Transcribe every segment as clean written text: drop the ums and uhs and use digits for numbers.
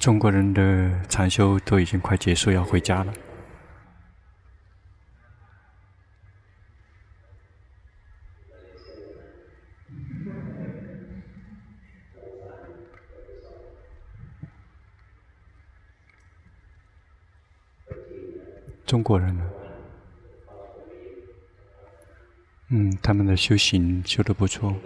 中国人的禅修都已经快结束，要回家了。中国人呢？他们的修行修得不错。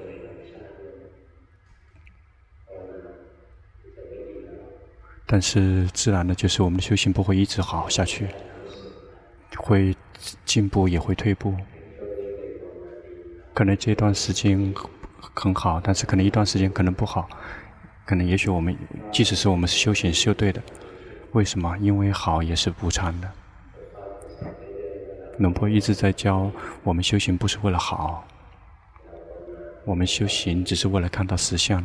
但是自然的就是我们的修行不会一直好下去，会进步也会退步。可能这段时间很好，但是可能一段时间可能不好。可能也许我们即使是我们修行修对的，为什么？因为好也是无常的。龙婆一直在教我们修行不是为了好，我们修行只是为了看到实相。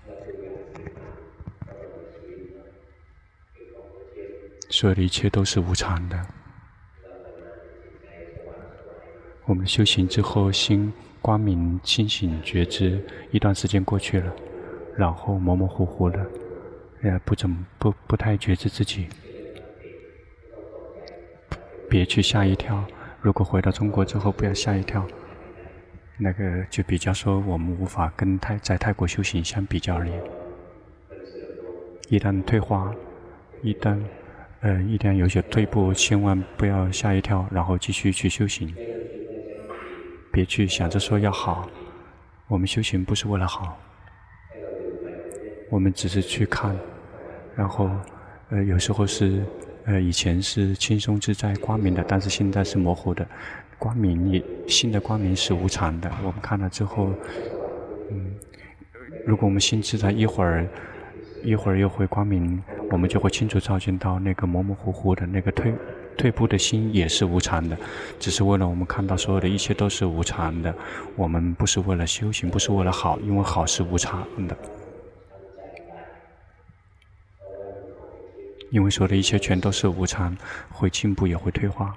所有的一切都是无常的。我们修行之后，心光明、清醒、觉知，一段时间过去了，然后模模糊糊的，不太觉知自己。别去吓一跳。如果回到中国之后，不要吓一跳。那个就比较说，我们无法跟在泰国修行相比较而已。一旦退化，一旦有些退步，千万不要吓一跳，然后继续去修行。别去想着说要好，我们修行不是为了好，我们只是去看，然后有时候是以前是轻松自在、光明的，但是现在是模糊的。光明心的光明是无常的，我们看了之后，如果我们心自在一会儿又会光明，我们就会清楚照见到那个模模糊糊的那个退步的心也是无常的，只是为了我们看到所有的一切都是无常的。我们不是为了修行，不是为了好，因为好是无常的。因为所有的一切全都是无常，会进步也会退化。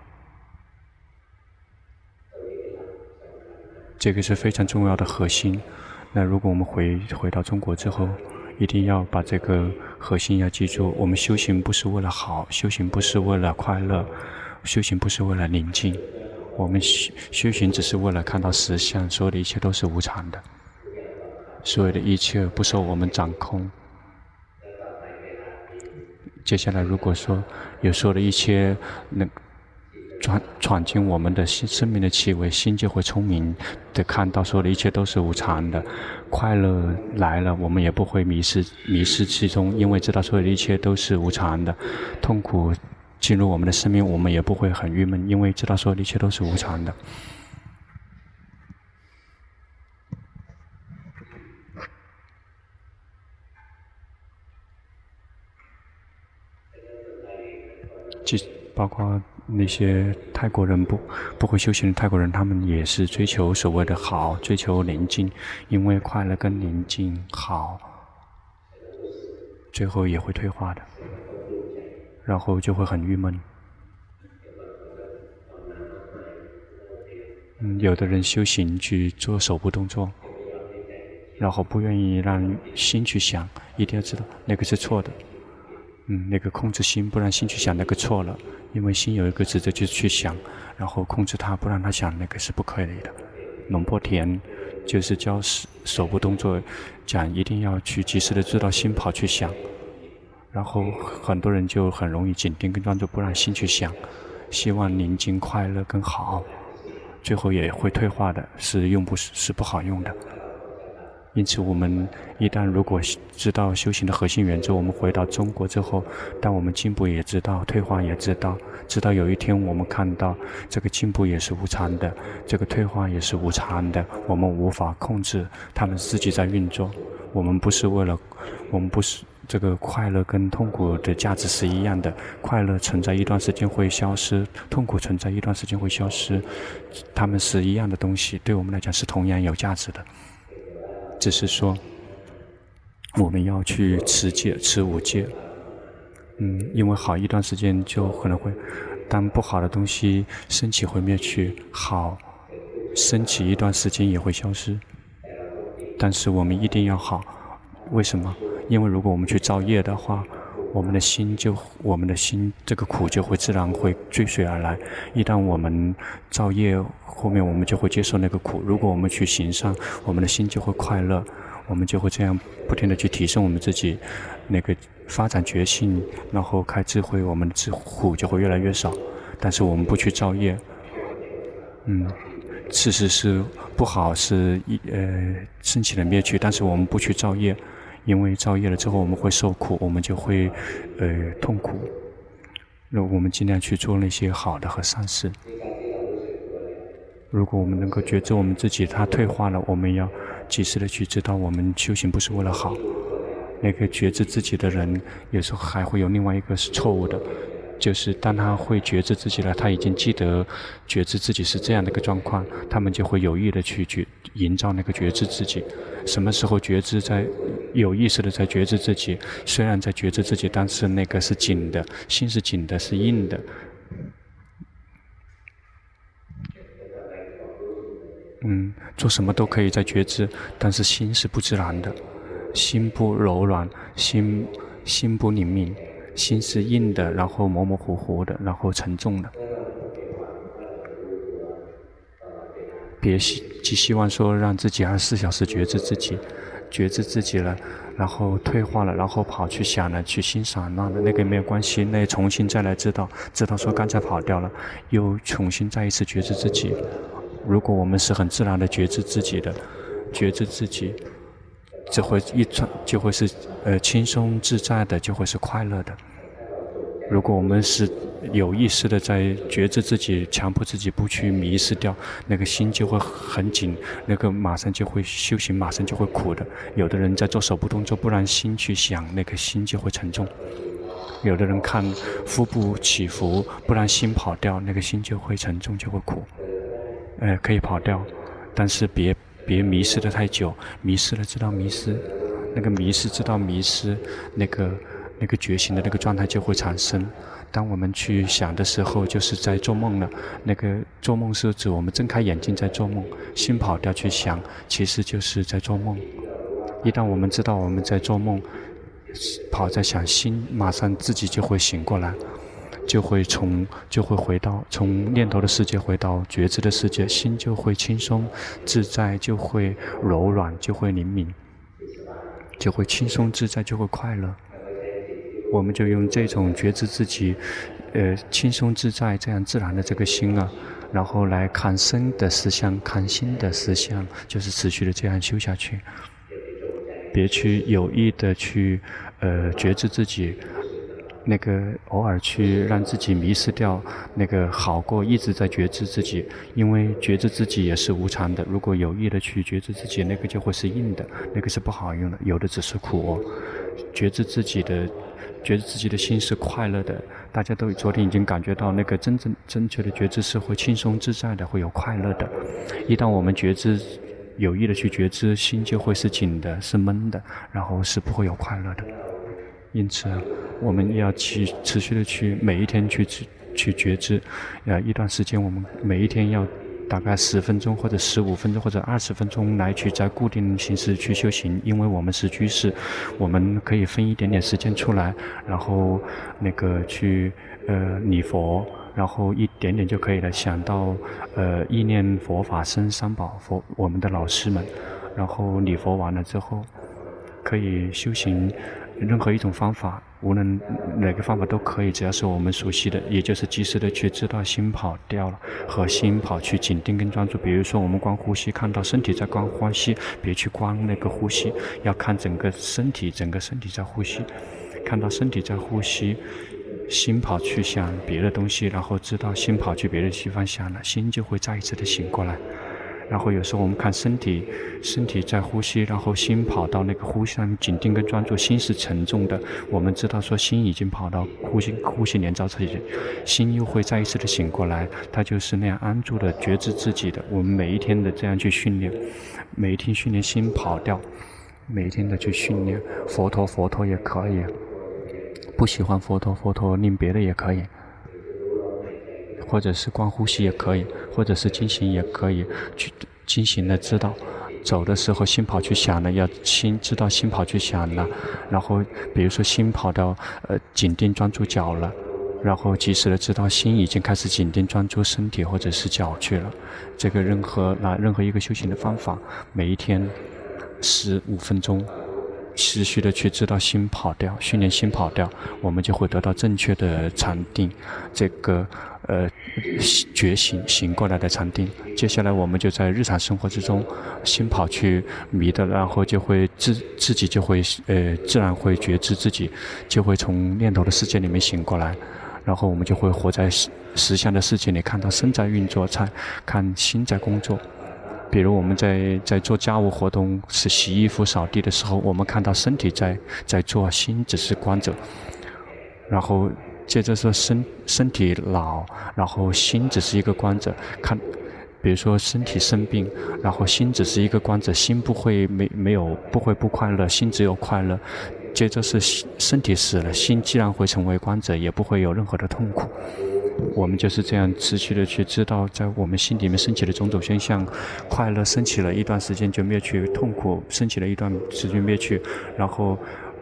这个是非常重要的核心。那如果我们回到中国之后，一定要把这个核心要记住，我们修行不是为了好，修行不是为了快乐，修行不是为了宁静，我们修行只是为了看到实相，所有的一切都是无常的，所有的一切不受我们掌控。接下来如果说有所有的一切闯进我们的生命的气味，心就会聪明的看到所有的一切都是无常的。快乐来了，我们也不会迷失其中，因为知道所有的一切都是无常的。痛苦进入我们的生命，我们也不会很郁闷，因为知道所有的一切都是无常的。包括那些泰国人不会修行的泰国人，他们也是追求所谓的好，追求宁静，因为快乐跟宁静好，最后也会退化的，然后就会很郁闷。有的人修行去做手部动作，然后不愿意让心去想，一定要知道那个是错的。那个控制心，不让心去想那个错了，因为心有一个职责就是去想，然后控制它，不让它想，那个是不可以的。龙波田就是教手部动作，讲一定要去及时的知道心跑去想，然后很多人就很容易紧盯跟专注，不让心去想，希望宁静快乐更好，最后也会退化的，是不好用的。因此我们一旦如果知道修行的核心原则，我们回到中国之后，当我们进步也知道，退化也知道，直到有一天我们看到这个进步也是无常的，这个退化也是无常的，我们无法控制，他们自己在运作。我们不是这个快乐跟痛苦的价值是一样的，快乐存在一段时间会消失，痛苦存在一段时间会消失，它们是一样的东西，对我们来讲是同样有价值的。只是说我们要去持戒，持五戒。因为好一段时间就可能会，当不好的东西升起会灭去，好升起一段时间也会消失。但是我们一定要好，为什么？因为如果我们去造业的话， 我们的心这个苦就会自然会追随而来。一旦我们造业，后面我们就会接受那个苦。如果我们去行善，我们的心就会快乐，我们就会这样不停地去提升我们自己，那个发展觉性，然后开智慧，我们的苦就会越来越少。但是我们不去造业，事实是不好，是升起了灭去，但是我们不去造业，因为造业了之后我们会受苦，我们就会痛苦。那我们尽量去做那些好的和善事。如果我们能够觉知我们自己它退化了，我们要及时的去知道我们修行不是为了好。那个觉知自己的人有时候还会有另外一个是错误的，就是当他会觉知自己了，他已经记得觉知自己是这样的一个状况，他们就会有意的去营造那个觉知自己。什么时候觉知在有意识的在觉知自己，虽然在觉知自己，但是那个是紧的，心是紧的，是硬的。做什么都可以在觉知，但是心是不自然的，心不柔软，心不灵敏，心是硬的，然后模模糊糊的，然后沉重的。别寄希望说让自己24小时觉知自己，觉知自己了，然后退化了，然后跑去想了，去欣赏那个没有关系，那重新再来知道说刚才跑掉了，又重新再一次觉知自己。如果我们是很自然的觉知自己的，觉知自己，就会是轻松自在的，就会是快乐的。如果我们是有意识的在觉知自己，强迫自己不去迷失掉，那个心就会很紧，那个马上就会修行，马上就会苦的。有的人在做手部动作，不让心去想，那个心就会沉重。有的人看腹部起伏，不让心跑掉，那个心就会沉重，就会苦。可以跑掉，但是别迷失的太久，迷失了知道迷失，那个迷失知道迷失，那个觉醒的那个状态就会产生。当我们去想的时候，就是在做梦了。那个做梦是指我们睁开眼睛在做梦，心跑掉去想，其实就是在做梦。一旦我们知道我们在做梦，跑在想，心马上自己就会醒过来。就会回到从念头的世界回到觉知的世界，心就会轻松自在，就会柔软，就会灵敏，就会轻松自在，就会快乐。我们就用这种觉知自己轻松自在这样自然的这个心啊，然后来看身的思想，看心的思想，就是持续的这样修下去。别去有意的去觉知自己，那个偶尔去让自己迷失掉，那个好过一直在觉知自己，因为觉知自己也是无常的。如果有意的去觉知自己，那个就会是硬的，那个是不好用的，有的只是苦。觉知自己的心是快乐的，大家都昨天已经感觉到那个正确的觉知是会轻松自在的，会有快乐的。一旦我们觉知有意的去觉知，心就会是紧的，是闷的，然后是不会有快乐的。因此我们要去持续的去每一天去觉知，一段时间我们每一天要大概10分钟或者15分钟或者20分钟来去在固定形式去修行。因为我们是居士，我们可以分一点点时间出来，然后那个去礼佛，然后一点点就可以了，想到意念佛法僧三宝我们的老师们，然后礼佛完了之后可以修行任何一种方法，无论哪个方法都可以，只要是我们熟悉的，也就是及时的去知道心跑掉了和心跑去紧盯跟专注。比如说我们观呼吸，看到身体在观呼吸，别去观那个呼吸，要看整个身体在呼吸，看到身体在呼吸，心跑去想别的东西，然后知道心跑去别的地方想了，心就会再一次的醒过来。然后有时候我们看身体在呼吸，然后心跑到那个呼吸上紧盯跟专注，心是沉重的，我们知道说心已经跑到呼吸连着自己，心又会再一次的醒过来，它就是那样安住的觉知自己的。我们每一天的这样去训练，每一天训练心跑掉，每一天的去训练佛陀也可以，不喜欢佛陀念别的也可以，或者是观呼吸也可以，或者是进行也可以，去进行的知道走的时候心跑去想了，要心知道心跑去想了，然后比如说心跑到紧盯专注脚了，然后及时的知道心已经开始紧盯专注身体或者是脚去了。这个任何一个修行的方法，每一天15分钟，持续的去知道心跑掉，训练心跑掉，我们就会得到正确的禅定，这个觉醒过来的禅定。接下来我们就在日常生活之中，心跑去迷的，然后就会自己就会自然会觉知自己，就会从念头的世界里面醒过来。然后我们就会活在实相的世界里，看到身在运作，看心在工作。比如我们在做家务活动，是洗衣服、扫地的时候，我们看到身体在做，心只是观者。然后接着说身体老，然后心只是一个观者。比如说身体生病，然后心只是一个观者，心不会不快乐，心只有快乐。接着是身体死了，心既然会成为观者，也不会有任何的痛苦。我们就是这样持续的去知道，在我们心里面升起的种种现象，快乐升起了一段时间就灭去，痛苦升起了一段时间灭去，然后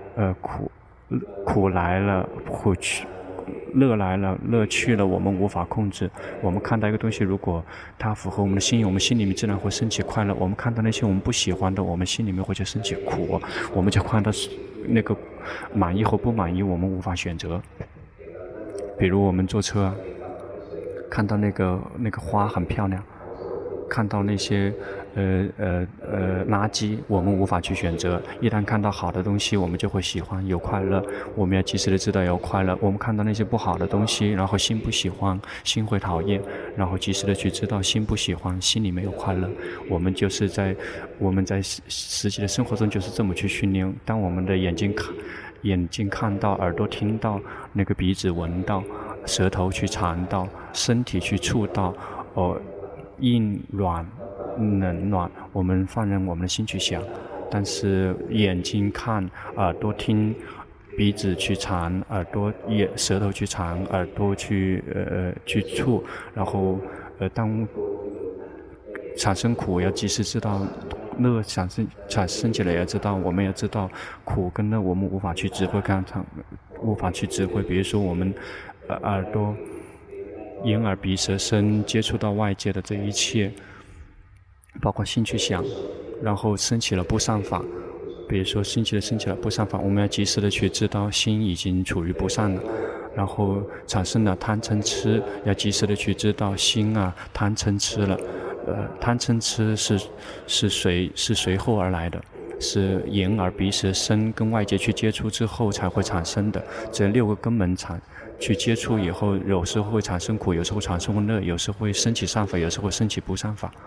苦来了，苦去。乐来了，乐去了，我们无法控制。我们看到一个东西，如果它符合我们的心意，我们心里面自然会升起快乐。我们看到那些我们不喜欢的，我们心里面会就升起苦。我们就看到那个满意和不满意，我们无法选择。比如我们坐车，看到那个花很漂亮，看到那些垃圾，我们无法去选择。一旦看到好的东西，我们就会喜欢，有快乐。我们要及时的知道有快乐。我们看到那些不好的东西，然后心不喜欢，心会讨厌，然后及时的去知道心不喜欢，心里没有快乐。我们在实际的生活中就是这么去训练。当我们的眼睛看到，耳朵听到，那个鼻子闻到，舌头去尝到，身体去触到，硬软冷暖，我们放任我们的心去想。但是眼睛看，耳朵听，鼻子去尝，舌头去尝，耳朵去触，然后当产生苦要及时知道，乐产生起来要知道，我们要知道苦跟乐我们无法去指挥，无法去指挥。比如说我们耳朵眼耳鼻舌身接触到外界的这一切，包括心去想，然后升起了不善法。比如说升起了不善法，我们要及时的去知道心已经处于不善了。然后产生了贪嗔痴，要及时的去知道心贪嗔痴了。贪嗔痴是随后而来的，是眼耳鼻舌身跟外界去接触之后才会产生的。这6个根本去接触以后，有时候会产生苦，有时候产生乐，有时候会升起善法，有时候会升起不善法。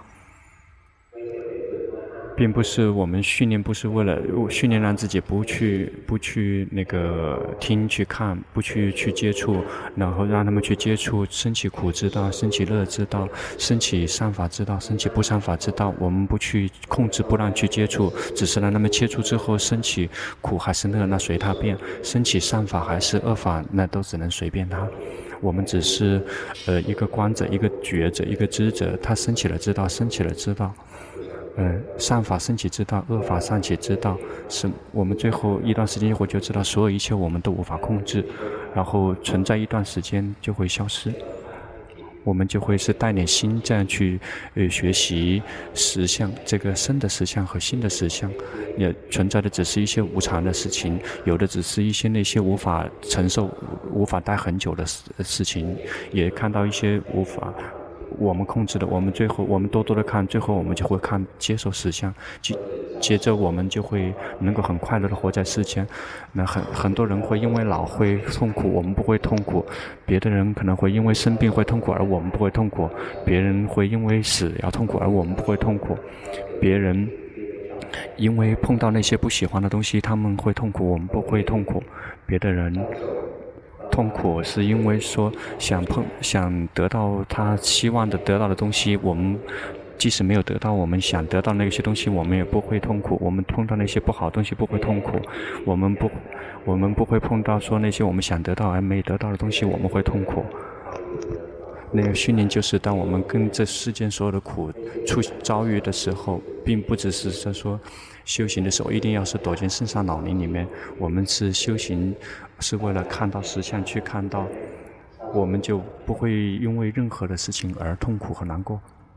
并不是我们训练，不是为了训练让自己不去那个听去看，不去接触，然后让他们去接触，升起苦知道，升起乐知道，升起善法知道，升起不善法知道。我们不去控制，不让去接触，只是让他们接触之后升起苦还是乐，那随他变；升起善法还是恶法，那都只能随便他。我们只是一个观者，一个觉者，一个知者，他升起了知道，升起了知道。善法升起知道，恶法升起知道，是我们最后一段时间以后就知道，所有一切我们都无法控制，然后存在一段时间就会消失。我们就会是带点心这样去学习实相，这个生的实相和心的实相，也存在的只是一些无常的事情，有的只是一些那些无法承受、无法待很久的事情，也看到一些无法我们控制的，我们多多的看，最后我们就会接受实相，接着我们就会能够很快乐的活在世间。那很多人会因为老会痛苦，我们不会痛苦；别的人可能会因为生病会痛苦，而我们不会痛苦；别人会因为死要痛苦，而我们不会痛苦；别人因为碰到那些不喜欢的东西他们会痛苦，我们不会痛苦；别的人痛苦是因为说想得到他希望的得到的东西，我们即使没有得到我们想得到那些东西，我们也不会痛苦。我们碰到那些不好的东西不会痛苦，我们不会碰到说那些我们想得到而没得到的东西，我们会痛苦。 那个训练就是当我们跟这世间所有的苦遭遇的时候，并不只是说修行的时候一定要是躲进深山老林里面，我们是修行是为了看到实相，去看到我们就不会因为任何的事情而痛苦和难过。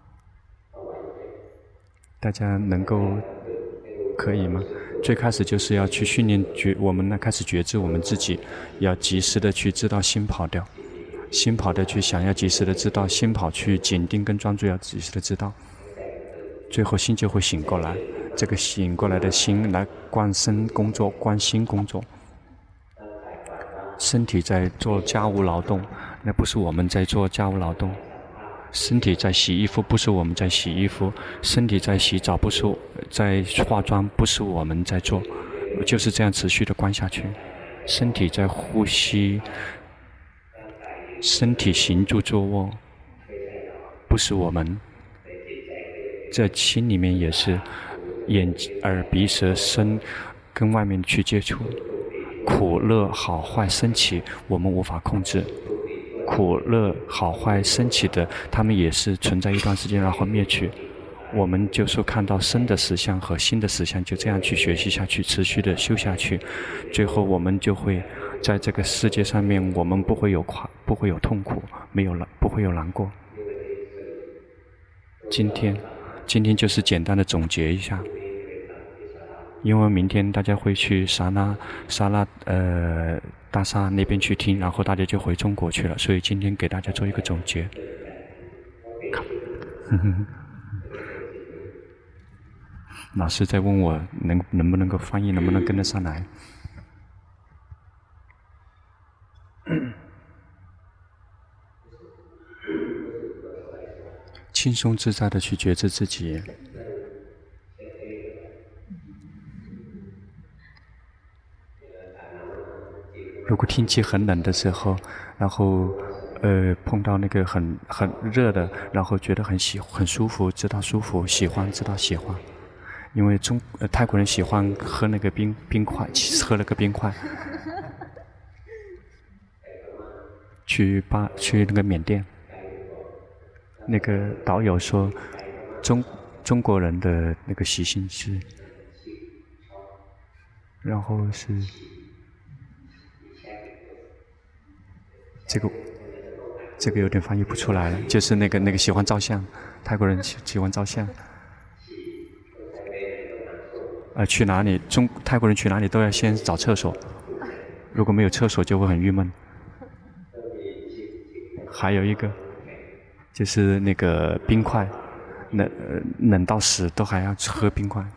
大家能够可以吗？最开始就是要去训练我们呢开始觉知我们自己，要及时的去知道心跑掉，心跑的去想要及时的知道，心跑去紧盯跟专注要及时的知道，最后心就会醒过来。这个醒过来的心来观身工作，观心工作。身体在做家务劳动，那不是我们在做家务劳动。身体在洗衣服，不是我们在洗衣服；身体在洗澡，不是在化妆，不是我们在做。就是这样持续的观下去。身体在呼吸，身体行住坐卧，不是我们。在心里面也是，眼、耳、鼻、舌、身跟外面去接触。苦乐好坏升起，我们无法控制。苦乐好坏升起的，它们也是存在一段时间，然后灭去。我们就说看到生的实相和心的实相，就这样去学习下去，持续的修下去，最后我们就会在这个世界上面，我们不会有痛苦，不会有难过。今天就是简单的总结一下。因为明天大家会去沙拉大厦那边去听，然后大家就回中国去了，所以今天给大家做一个总结。老师在问我能不能够翻译，能不能跟得上来。轻松自在的去觉知自己。如果天气很冷的时候，然后碰到那个很热的，然后觉得很舒服，知道舒服；喜欢知道喜欢。因为泰国人喜欢喝那个冰块，喝了个冰块。去那个缅甸，那个导游说，中国人的那个习性是，然后是。这个有点翻译不出来了，就是那个喜欢照相，泰国人喜欢照相。去哪里？泰国人去哪里都要先找厕所，如果没有厕所就会很郁闷。还有一个，就是那个冰块，冷到死都还要喝冰块。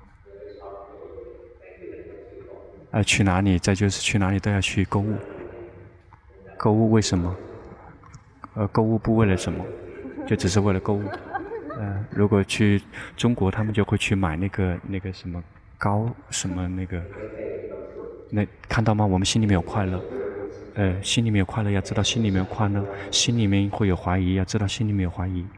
去哪里？再就是去哪里都要去购物。购物为什么？购物不为了什么，就只是为了购物。如果去中国，他们就会去买那个什么膏什么那看到吗？我们心里面有快乐，心里面有快乐，要知道心里面有快乐；心里面会有怀疑，要知道心里面有怀疑。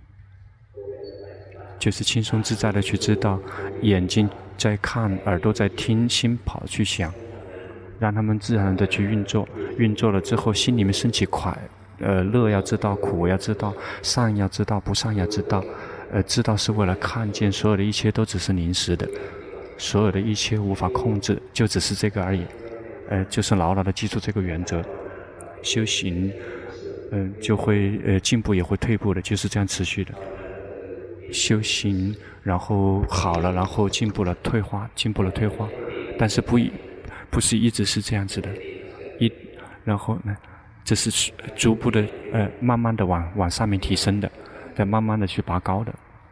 就是轻松自在的去知道，眼睛在看，耳朵在听，心跑去想。让他们自然的去运作，运作了之后，心里面升起乐要知道，苦要知道，善要知道，不善要知道。知道是为了看见所有的一切都只是临时的，所有的一切无法控制，就只是这个而已。就是牢牢的记住这个原则，修行，就会进步也会退步的，就是这样持续的。修行，然后好了，然后进步了，退化，进步了，退化，但是不是一直是这样子的，然后呢，这是逐步的慢慢的往上面提升的，再慢慢的去拔高的，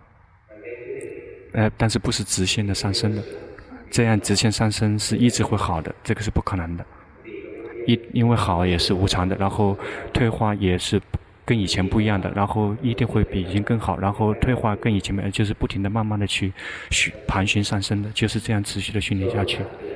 但是不是直线的上升的，这样直线上升是一直会好的，这个是不可能的，因为好也是无常的，然后退化也是跟以前不一样的，然后一定会比以前更好，然后退化跟以前没有，就是不停的慢慢的去盘旋上升的，就是这样持续的训练下去。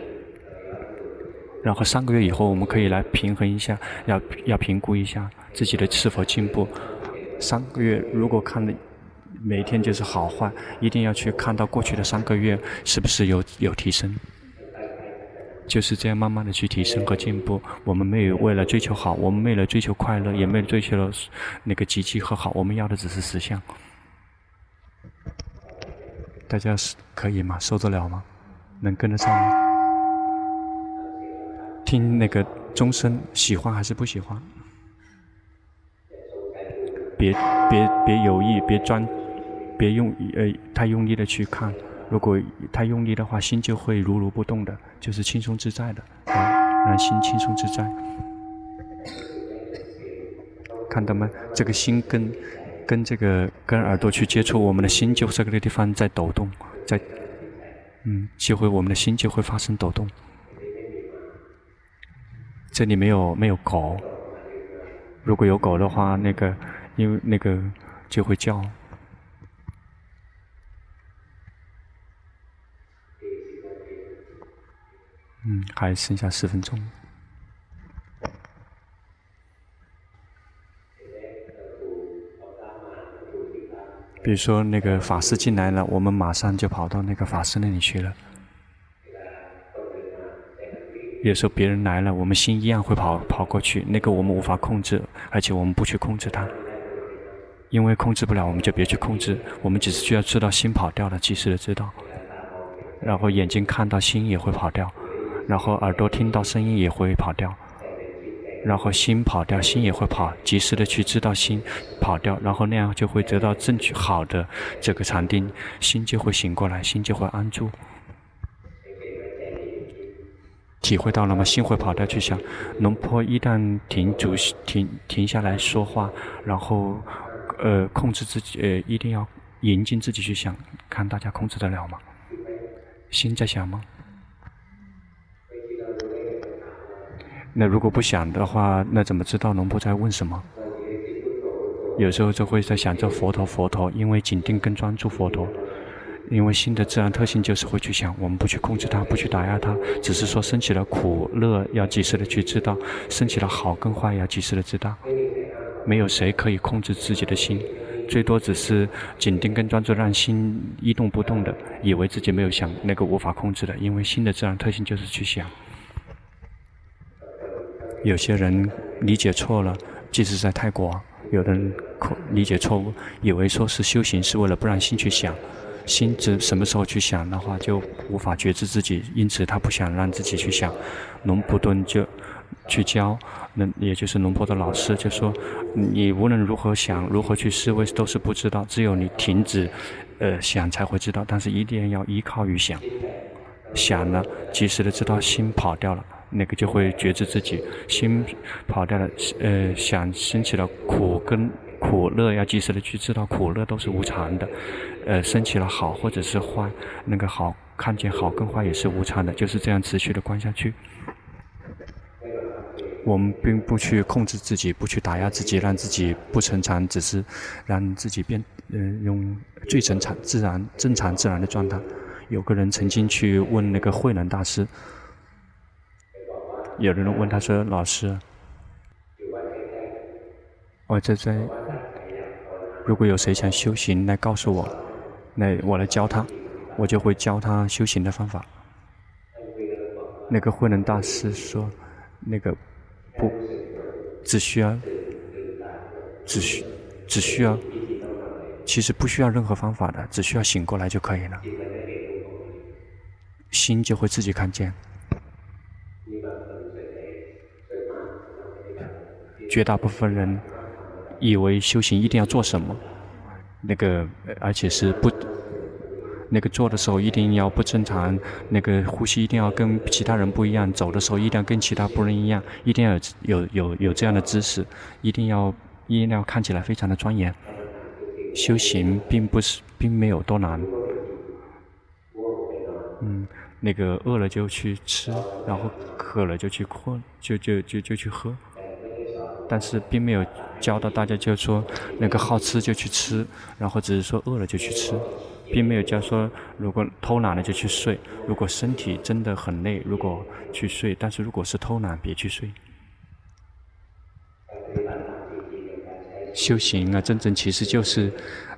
然后3个月以后，我们可以来平衡一下，要评估一下自己的是否进步。3个月如果看的每天就是好坏，一定要去看到过去的3个月是不是有提升。 就是这样慢慢的去提升和进步。我们没有为了追求好，我们没有追求快乐，也没有追求了那个积极和好，我们要的只是实相。大家可以吗？受得了吗？能跟得上吗？听那个钟声，喜欢还是不喜欢？别有意，别太用力的去看。如果太用力的话，心就会如如不动的，就是轻松自在的，让心轻松自在。看到吗？这个心跟耳朵去接触，我们的心就这个地方在抖动，我们的心就会发生抖动。这里没有狗，如果有狗的话，因为那个就会叫。还剩下10分钟。比如说那个法师进来了，我们马上就跑到那个法师那里去了。有时候别人来了，我们心一样会跑过去，那个我们无法控制，而且我们不去控制它，因为控制不了，我们就别去控制。我们只是需要知道心跑掉了，及时的知道。然后眼睛看到心也会跑掉，然后耳朵听到声音也会跑掉，然后心跑掉，心也会跑，及时的去知道心跑掉，然后那样就会得到正确好的这个禅定，心就会醒过来，心就会安住。体会到了吗？心会跑掉去想。龙婆一旦停下来说话，然后控制自己，一定要引进自己去想，看大家控制得了吗？心在想吗？那如果不想的话，那怎么知道龙婆在问什么？有时候就会在想着佛陀，因为紧盯跟专注佛陀。因为心的自然特性就是会去想，我们不去控制它，不去打压它，只是说升起了苦乐要及时的去知道，升起了好跟坏要及时的知道。没有谁可以控制自己的心，最多只是紧盯跟专注，让心一动不动的，以为自己没有想，那个无法控制的，因为心的自然特性就是去想。有些人理解错了，即使在泰国，有人理解错误，以为说是修行是为了不让心去想。心什么时候去想的话，就无法觉知自己，因此他不想让自己去想。龙普顿就去教，那也就是龙婆的老师就说，你无论如何想，如何去思维都是不知道，只有你停止想才会知道，但是一定要依靠于想。想了，及时的知道心跑掉了，那个就会觉知自己心跑掉了，想升起了苦乐要及时的去知道，苦乐都是无常的，升起了好或者是坏，那个好看见好跟坏也是无常的，就是这样持续的观下去。我们并不去控制自己，不去打压自己，让自己不成常，只是让自己用最正常自然的状态。有个人曾经去问那个慧能大师，有人问他说：“老师，如果有谁想修行来告诉我，那我来教他，我就会教他修行的方法。”那个慧能大师说：“那个不，只需要，其实不需要任何方法的，只需要醒过来就可以了，心就会自己看见。”绝大部分人以为修行一定要做什么，而且是做的时候一定要不正常，呼吸一定要跟其他人不一样，走的时候一定要跟其他不人一样，一定要有这样的姿势，一定要看起来非常的庄严。修行并没有多难。饿了就去吃，然后渴了就去喝。但是并没有教到大家就说好吃就去吃，然后只是说饿了就去吃，并没有教说如果偷懒了就去睡，如果身体真的很累，如果去睡，但是如果是偷懒别去睡。修行啊，真正其实就是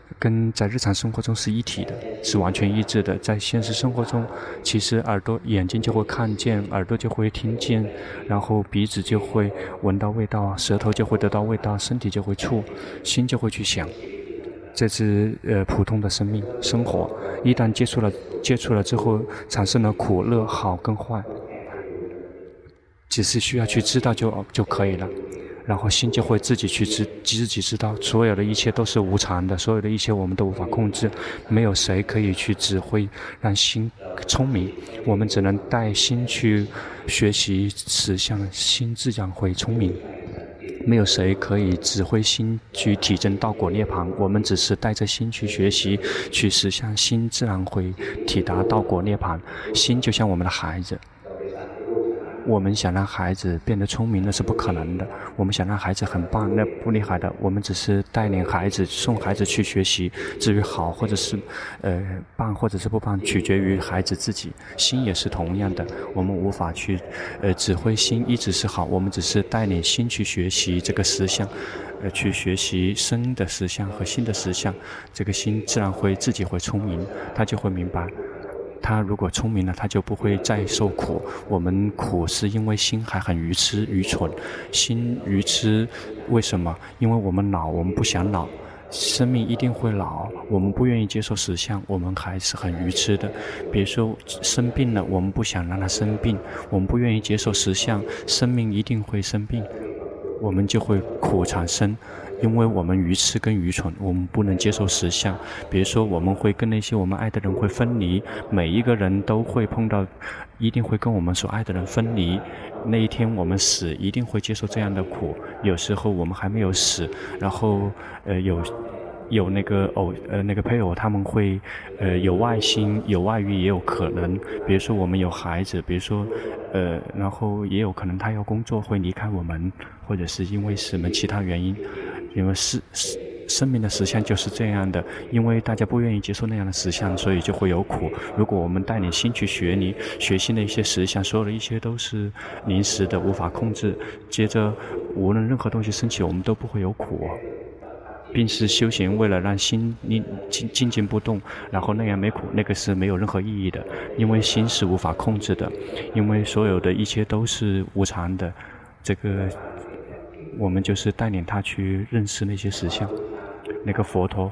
跟在日常生活中是一体的，是完全一致的。在现实生活中，其实眼睛就会看见，耳朵就会听见，然后鼻子就会闻到味道，舌头就会得到味道，身体就会触，心就会去想。这是普通的生活。一旦接触了之后，产生了苦乐好跟坏，只是需要去知道就可以了。然后心就会自己知道，所有的一切都是无常的，所有的一切我们都无法控制，没有谁可以去指挥让心聪明，我们只能带心去学习实相，心自然会聪明。没有谁可以指挥心去体证道果涅槃，我们只是带着心去学习，去实相，心自然会体达道果涅槃。心就像我们的孩子，我们想让孩子变得聪明，那是不可能的。我们想让孩子很棒，那不厉害的。我们只是带领孩子，送孩子去学习。至于好或者是棒或者是不棒，取决于孩子自己。心也是同样的，我们无法去指挥心一直是好，我们只是带领心去学习这个实相，去学习身的实相和心的实相。这个心自然会自己会聪明，他就会明白。他如果聪明了，他就不会再受苦。我们苦是因为心还很愚痴、愚蠢。心愚痴，为什么？因为我们老，我们不想老。生命一定会老，我们不愿意接受实相，我们还是很愚痴的。比如说生病了，我们不想让他生病，我们不愿意接受实相，生命一定会生病，我们就会苦产生。因为我们愚痴跟愚蠢，我们不能接受实相。比如说我们会跟那些我们爱的人会分离，每一个人都会碰到，一定会跟我们所爱的人分离。那一天我们死，一定会接受这样的苦。有时候我们还没有死，然后有那个配偶，他们会有外心有外遇，也有可能。比如说我们有孩子，比如说然后也有可能他要工作会离开我们，或者是因为什么其他原因。因为生命的实相就是这样的，因为大家不愿意接受那样的实相，所以就会有苦。如果我们带领心去学习那些实相，所有的一切都是临时的，无法控制。接着无论任何东西升起，我们都不会有苦。并是修行为了让心静静不动，然后那样没苦，那个是没有任何意义的，因为心是无法控制的，因为所有的一切都是无常的。这个我们就是带领他去认识那些实相。那个佛陀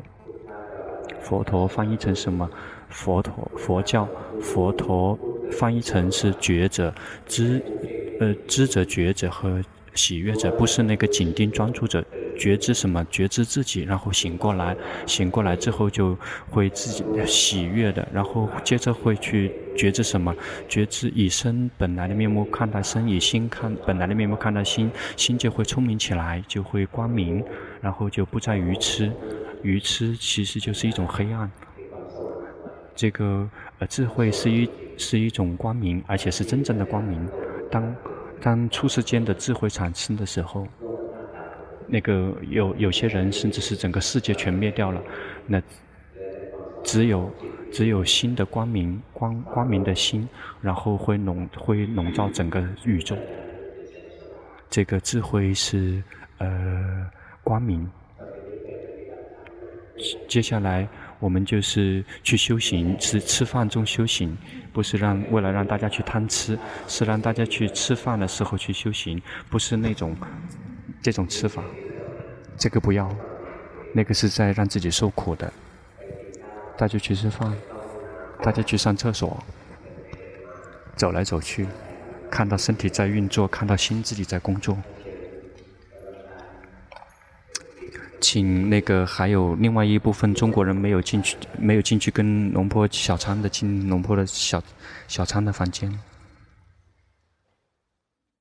翻译成什么？佛教佛陀翻译成是觉者，知者、觉者和喜悦者，不是那个紧盯专注者。觉知什么？觉知自己，然后醒过来之后就会自己喜悦的，然后接着会去觉知什么？觉知以身本来的面目看待身，以心看本来的面目看待心，心就会聪明起来，就会光明，然后就不再愚痴。愚痴其实就是一种黑暗。这个智慧是一种光明，而且是真正的光明。当初世间的智慧产生的时候，那个有些人甚至是整个世界全灭掉了，那只有心的光明的心，然后会笼罩整个宇宙。这个智慧是光明。接下来我们就是去修行，是吃饭中修行，不是为了让大家去贪吃，是让大家去吃饭的时候去修行，不是这种吃法，这个不要，那个是在让自己受苦的。大家去吃饭，大家去上厕所，走来走去，看到身体在运作，看到心自己在工作。请那个还有另外一部分中国人没有进去跟龙坡小仓的进龙坡的小仓的房间。